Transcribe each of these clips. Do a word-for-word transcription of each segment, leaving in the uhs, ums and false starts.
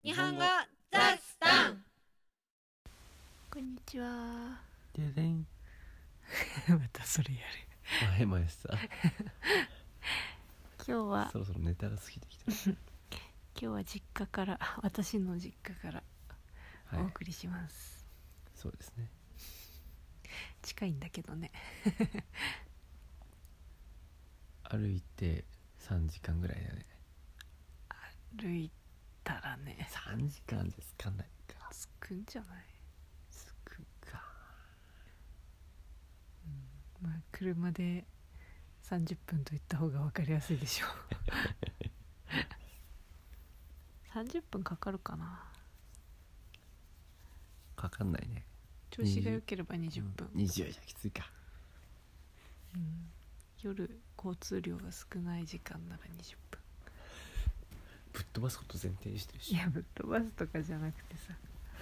日本語ザスタン。 こんにちは。 ででんまたそれやる。 前々さ今日はそろそろネタが過ぎてきた今日は実家から私の実家からはいお送りします、 そうですね。 近いんだけどね。 歩いてさんじかんぐらいだね。 歩いたらねさんじかんでつかないか。 つくんじゃない。 つくか。 まあ車でさんじゅっぷんと言った方が分かりやすいでしょう。さんじゅっぷんかかるかな。 かかんないね。 調子が良ければにじゅっぷん、 うん、にじゅうじゃきついか。 うん、夜交通量が少ない時間ならにじゅっぷん。 ぶっ飛ばすこと前提にしてるし。 いやぶっ飛ばすとかじゃなくてさ、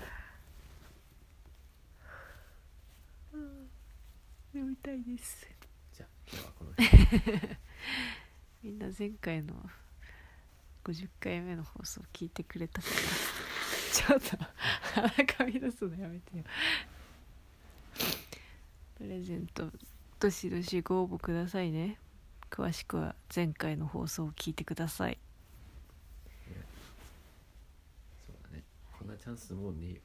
うん、眠たいです。 じゃあ今日はこの辺みんな前回のごじゅっかいめの放送聞いてくれたかな。ちょっと鼻かみ出すのやめてよ。プレゼントどしどしご応募くださいね。詳しくは前回の放送を聞いてください。 そうだね。こんなチャンスもうねえよ。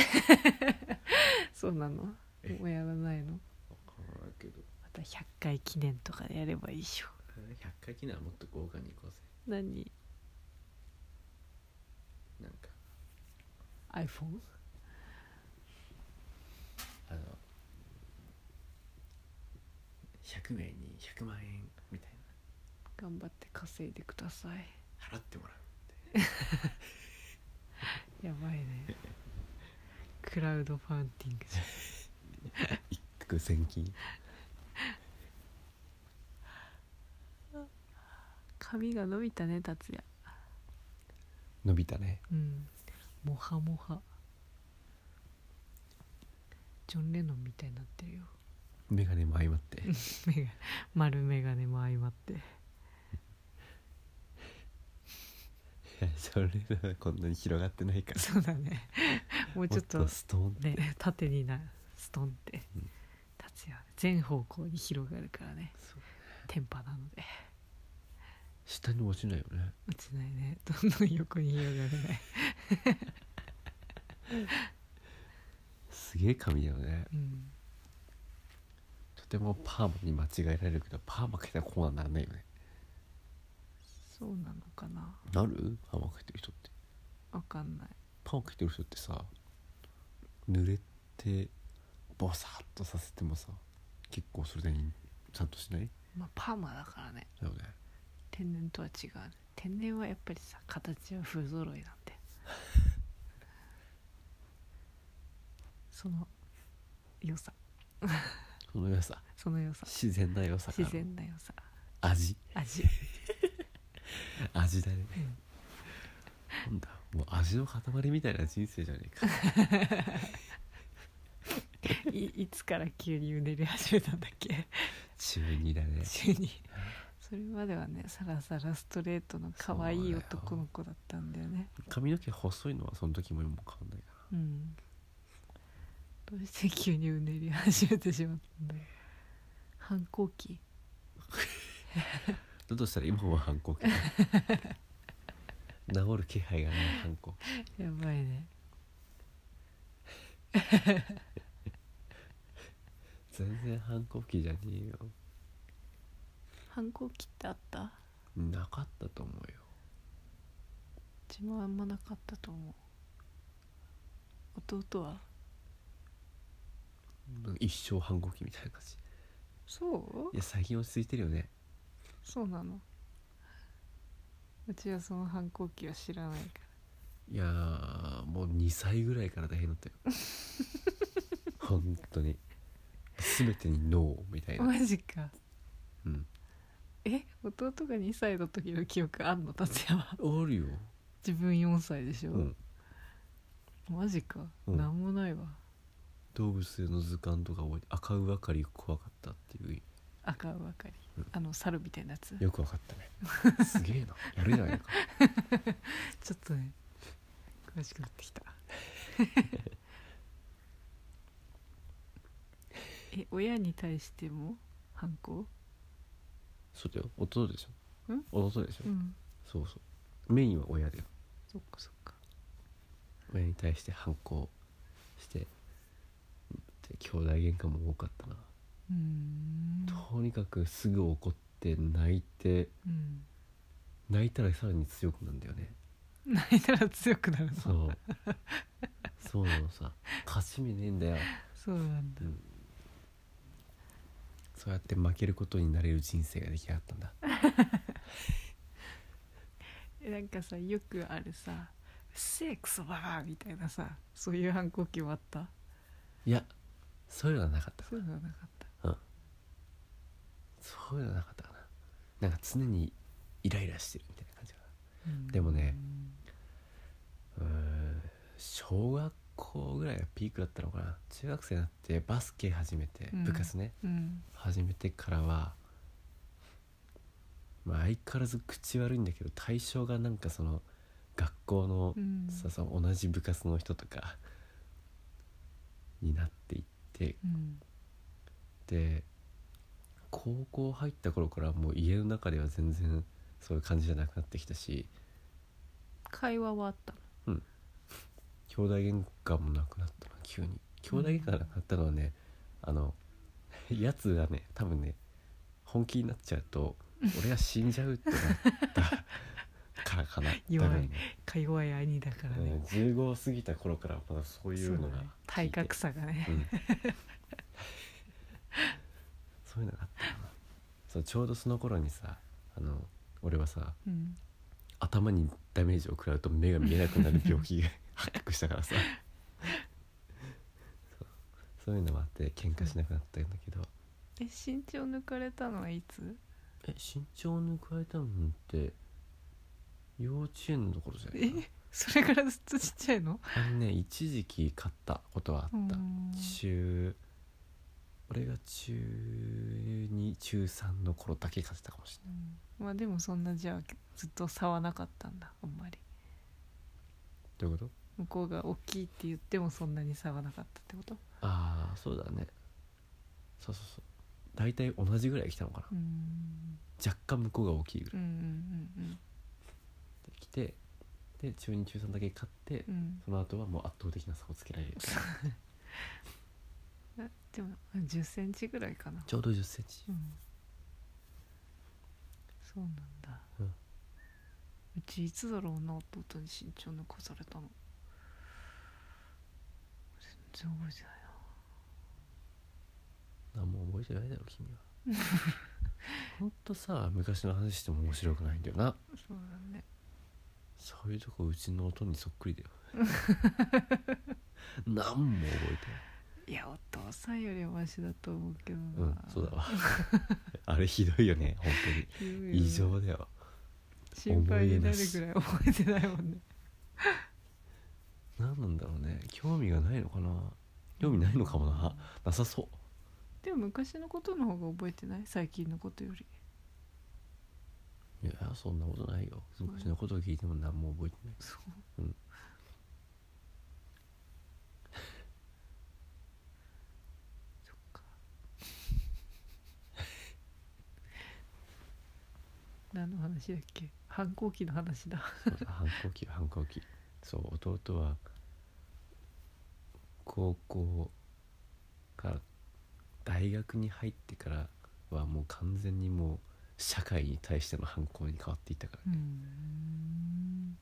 そうなの？もうやらないの？ わからんけど。 またひゃっかい記念とかでやればいいでしょ。 ひゃっかい記念はもっと豪華にいこうぜ。 何？ なんか iPhone？ あのひゃくめいにひゃくまんえんみたい頑張って稼いでください。 な払ってもらうってやばいね。クラウドファンディングじゃん。 一攫千金。 髪が伸びたね達也。 伸びたね。 うんモハモハ。ジョン・レノンみたいになってるよ。 メガネも相まってメガ丸メガネも相まって。 いやそれはこんなに広がってないから。 そうだね。もうちょっともっとストーンってね縦になストンってうん達也は全方向に広がるからね。 そう天パなので下に落ちないよね。 落ちないね。どんどん横に広がるね。 すげえ髪だよね。 うんとてもパーマに間違えられるけどパーマかけたらこうはならないよね。 そうなのかな。 なる？パーマかけてる人って。 わかんない。 パーマかけてる人ってさ濡れてボサッとさせてもさ結構それでちゃんとしない？ まあパーマだからね。 だよね。 天然とは違う。天然はやっぱりさ形は不揃いなんでその良さその良さ、 その良さ自然な良さから自然な良さ味味、 味だね、 うん、 なんだもう味の塊みたいな人生じゃねえかい, いつから急にうねり始めたんだっけ。 中二だね。 中にそれまではねサラサラストレートの可愛い男の子だったんだよね。 髪の毛細いのはその時も今も変わんないかうんどうして急にうねり始めてしまったんだよ。反抗期。 だとしたら今も反抗期治る気配がない反抗期。 やばいね。 全然反抗期じゃねえよ。 反抗期ってあった？ なかったと思うよ。 うちもあんまなかったと思う。弟は？ なんか一生反抗期みたいな感じ。 そう？ いや最近落ち着いてるよね。 そうなの。うちはその反抗期は知らないかいやーもうにさいぐらいから大変だったよ本当に全てにノーみたいら。 な。 マジか。 うんえ弟がにさいの時の記憶あんの達也は。 あるよ。 自分よんさいでしょ、 うん、 マジか、 うんなんもないわ。 動物性の図鑑とか覚えて赤ウバカリ怖かったっていう。 赤ばかり、 うん、 あの猿みたいなやつ。 よくわかったねすげえなやるじゃないか。 ちょっとね詳しくなってきたえ親に対しても反抗？ そうだよ、弟でしょ。 ん弟でしょ、 うんそうそう、メインは親だよ。 そっかそっか。 親に対して反抗してで兄弟喧嘩も多かったな。 うーんとにかくすぐ怒って泣いて、 うん泣いたらさらに強くなるんだよね。 泣いたら強くなるの？ そうそうなのさ、勝ち目ねえんだよ、 そうなんだ。 うん、そうやって負けることになれる人生が出来上がったんだえなんかさよくあるさ「セックスババア」みたいなさ、そういう反抗期もあった？ いやそういうのはなかったかそういうのはなかった。 な、うん、そういうのはなかったかな。なんか常にイライラしてるみたいな感じかな。 うんでもねうーん小学校ぐらいがピークだったのかな。中学生になってバスケ始めて、 うん部活ねうん始めてからは、まあ、相変わらず口悪いんだけど、対象がなんかその学校の、 うんさその同じ部活の人とかになっていって、 うんで高校入った頃からもう家の中では全然そういう感じじゃなくなってきたし、 会話はあったの？ 兄弟喧嘩もなくなったな。急に兄弟喧嘩がなくなったのはね、あのやつがね多分ね本気になっちゃうと俺が死んじゃうってなったからかな。 弱い多分ねか弱い兄だからね、 うんじゅうご過ぎた頃からまだそういうのがそうだね体格差がね、 うんそういうのがあったな。そうちょうどその頃にさ、あの俺はさうん頭にダメージを食らうと目が見えなくなる病気が発覚したからさそうそういうのもあって喧嘩しなくなったんだけど、 え身長抜かれたのはいつ？ え身長抜かれたのって幼稚園の頃じゃないかな。 えそれからずっとちっちゃいの？ あのね一時期買ったことはあった。 うん中俺が中に中さんの頃だけ買ってたかもしれない。 うんまあでもそんなじゃあずっと差はなかったんだあんまり。 どういうこと？ 向こうが大きいって言ってもそんなに差はなかったってこと？ ああそうだね。そうそうそう大体同じぐらい来たのかな、 うん若干向こうが大きいぐらいうんうんで来て、で中に中さんだけ買って、 うんうんその後はもう圧倒的な差をつけられるうんでもじゅっセンチぐらいかな。 ちょうどじゅっセンチ。 うんそうなんだ、 うんうちいつだろうな弟に身長抜かされたの。全然覚えてないな。 何も覚えてないだろ君はほんとさ昔の話しても面白くないんだよな。 そうだね。 そういうとこうちの音にそっくりだよ何も覚えていやお父さんよりはマシだと思うけどな。 ない。うんそうだわあれひどいよね本当に異常だよ。 心配になるぐらい覚えてないもんね。 何なんだろうね、興味がないのかな。興味ないのかもな。なさそう。 でも昔のことの方が覚えてない？最近のことより。 いやそんなことないよ。 そう昔のことを聞いても何も覚えてない。 そううんそっか何の話だっけ？反抗期の話だ。 そうだ反抗期反抗期。そう弟は高校から大学に入ってからはもう完全にもう社会に対しての反抗に変わっていったからうーね、 ん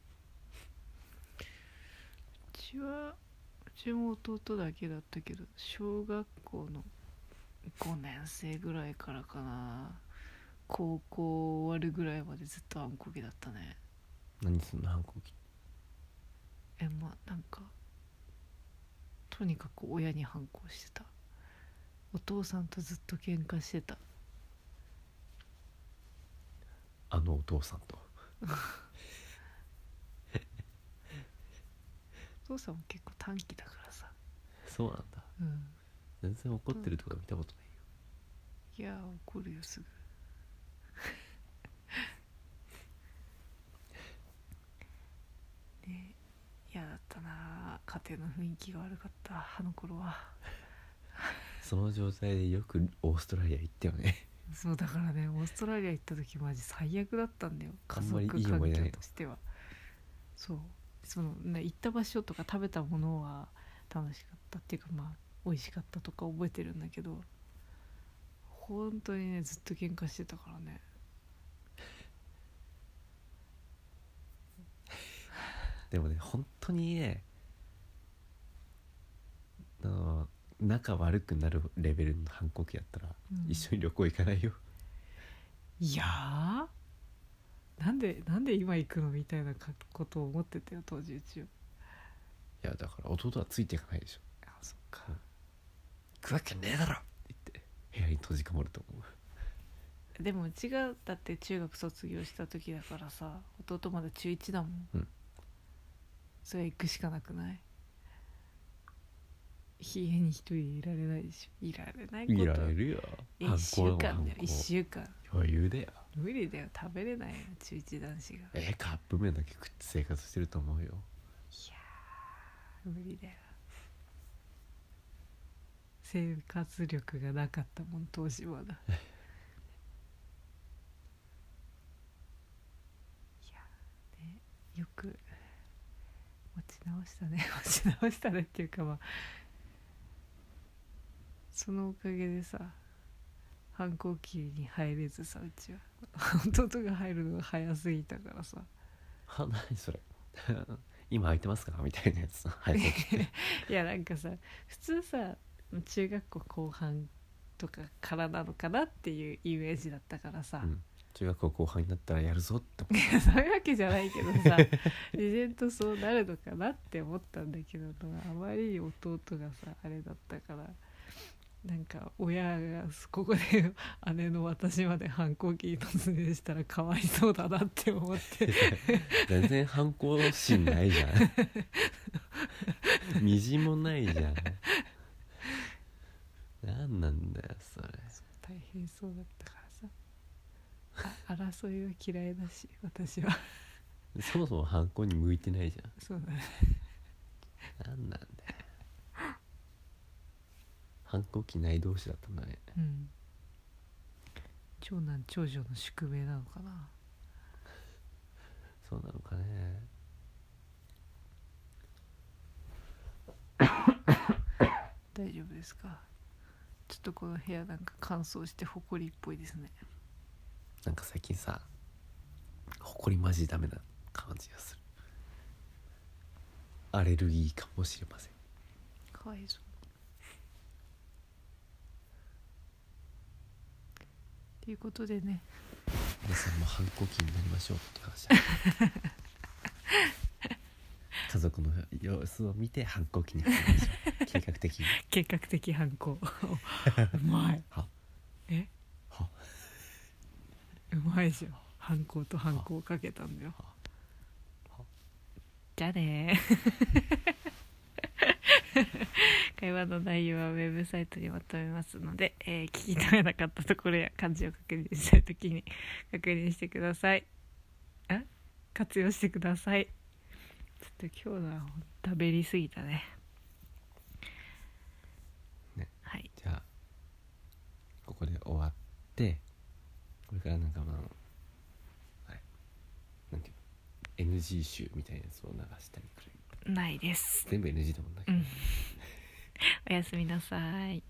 うちはうちも弟だけだったけど小学校のごねん生ぐらいからかな高校終わるぐらいまでずっと反抗期だったね。 何すんの反抗期。 えまあなんかとにかく親に反抗してた。お父さんとずっと喧嘩してた。 あのお父さんとお父さんも結構短気だからさ。 そうなんだ。 うん全然怒ってるとか見たことないよ。 いや怒るよすぐね嫌だったな、家庭の雰囲気が悪かったあの頃は。 その状態でよくオーストラリア行ったよね。 そうだからね、オーストラリア行った時マジ最悪だったんだよ、家あんまり族いい思い出ない環境としては。そうその、ね、行った場所とか食べたものは楽しかったっていうか、まあ美味しかったとか覚えてるんだけど、本当にねずっと喧嘩してたからね。 でもね本当にね、あの仲悪くなるレベルの反抗期やったら、 うん、 一緒に旅行行かないよ。 いやーなんでなんで今行くのみたいなことを思ってたよ当時うちは。 いやだから弟はついていかないでしょ。 あそっか、 うん、行くわけねえだろって言って部屋に閉じこもると思う。 でもうちがだって中学卒業した時だからさ、弟まだ中いちだもん、 うん、 それは行くしかなくない？家に一人いられないでしょ。いられないこといられるよ。 いっしゅうかんだよ、いっしゅうかん余裕だよ。 無理だよ、食べれないよ中一男子が。いえー、カップ麺だけ食って生活してると思うよ。 やー無理だよ、生活力がなかったもん当時はだ。いやね、よく持ち直したね持ち直したねっていうか、まあそのおかげでさ反抗期に入れずさ、うちは弟が入るのが早すぎたからさ。 は何それ今空いてますかみたいなやつ早く起きていやなんかさ普通さ中学校後半とかからなのかなっていうイメージだったからさ、 うん、中学校後半になったらやるぞって思いやそういうわけじゃないけどさ自然とそうなるのかなって思ったんだけど、あまりに弟がさあれだったから、なんか親がここで姉の私まで反抗期に突入したらかわいそうだなって思って全然反抗心ないじゃんみじんもないじゃん。なんなんだよそれ。 大変そうだったからさ、あ争いは嫌いだし私はそもそも反抗に向いてないじゃん。 そうだね、 なんなんだよ。反抗期ない同士だったんだね。 うん、長男長女の宿命なのかな。 そうなのかね。 大丈夫ですか？ちょっとこの部屋なんか乾燥してほこりっぽいですね。 なんか最近さほこりマジダメな感じがする。アレルギーかもしれません。 かわいそう。ということでね、 皆さんも反抗期になりましょうって話だ家族の様子を見て反抗期に入りましょう計画的に計画的反抗うまい。 はえはうまいじゃん、反抗と反抗をかけたんだよ。じゃあね会話の内容はウェブサイトにまとめますので、えー、聞き取れなかったところや漢字を確認したいときに確認してください。あ活用してください。ちょっと今日のは食べりすぎたね。 ね、 はい、 じゃあここで終わってこれからなんかまあ、はい、なんていうの エヌジー 集みたいなやつを流したりくらい。 ないです。 全部 エヌジー だもんだけど、 うんおやすみなさい。